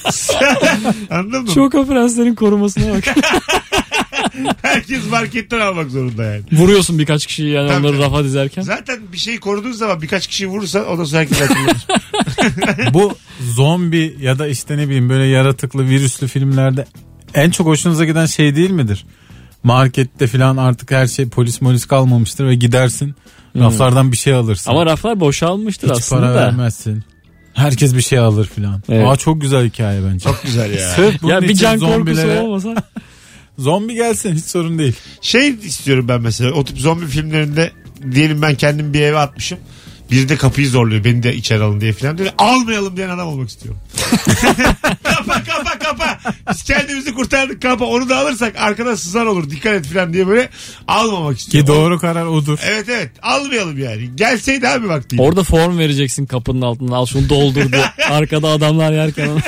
Anladın mı?
Çok prenslerin korumasına bak.
Herkes marketten almak zorunda yani.
Vuruyorsun birkaç kişiyi yani,
Tabii.
onları rafa dizerken.
Zaten bir şeyi koruduğun zaman birkaç kişiyi vurursan ondan sonra herkes hatırlar.
Bu zombi ya da işte ne bileyim böyle yaratıklı virüslü filmlerde en çok hoşunuza giden şey değil midir? Markette falan artık her şey, polis molis kalmamıştır ve gidersin raflardan bir şey alırsın.
Ama raflar boşalmıştır
hiç
aslında
para
da.
vermezsin. Herkes bir şey alır filan.
Evet.
Aa, çok güzel hikaye bence.
Çok güzel ya.
Sırf bunun
Ya bir
için
can korkusu
zombilere-
olmasa.
Zombi gelsin hiç sorun değil.
Şey istiyorum ben mesela, o tip zombi filmlerinde diyelim ben kendim bir eve atmışım. Biri de kapıyı zorluyor, beni de içeri alın diye falan diyor. Almayalım diyen adam olmak istiyorum. Kapa kapa kapa. Biz kendimizi kurtardık, kapa. Onu da alırsak arkadan sızan olur, dikkat et falan diye böyle almamak istiyorum.
Ki doğru karar odur.
Evet evet, almayalım yani. Gelseydi abi vaktiyle.
Orada form vereceksin kapının altından, al şunu doldur diye. Arkada adamlar yerken onu.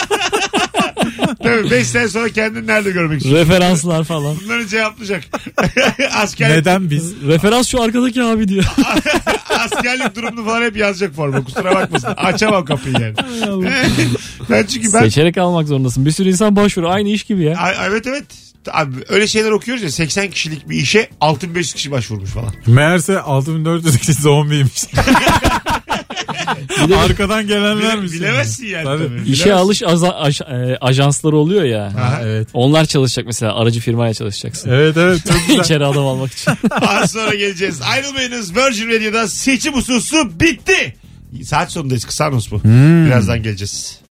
Tabii beş sene sonra kendini nerede görmek istiyorsun?
Referanslar falan.
Bunları cevaplayacak. Askerlik,
Neden biz?
Referans şu arkadaki abi diyor.
askerlik durumunu falan hep yazacak forma. Kusura bakmasın. Açamam kapıyı yani. Ben çünkü ben...
Seçerek almak zorundasın. Bir sürü insan başvuru. Aynı iş gibi ya.
Ay, evet evet. Abi, öyle şeyler okuyoruz ya, seksen kişilik bir işe altı bin beş yüz kişi başvurmuş falan.
Meğerse altı bin dört yüz kişi zombiymiş. Arkadan gelenlermiş.
Bile, bilemezsin yani.
Tabii.
Tabii.
İşe
Bilemezsin.
alış aza- aj- e, ajansları oluyor ya.
Ha, evet.
Onlar çalışacak mesela. Aracı firmaya çalışacaksın.
Evet evet çok güzel.
İçeri adam almak için.
Az sonra geleceğiz. Ayrılmayınız. Virgin Radio'da seçim hususu bitti. Saat sonundayız. Kısa anons bu. Birazdan geleceğiz.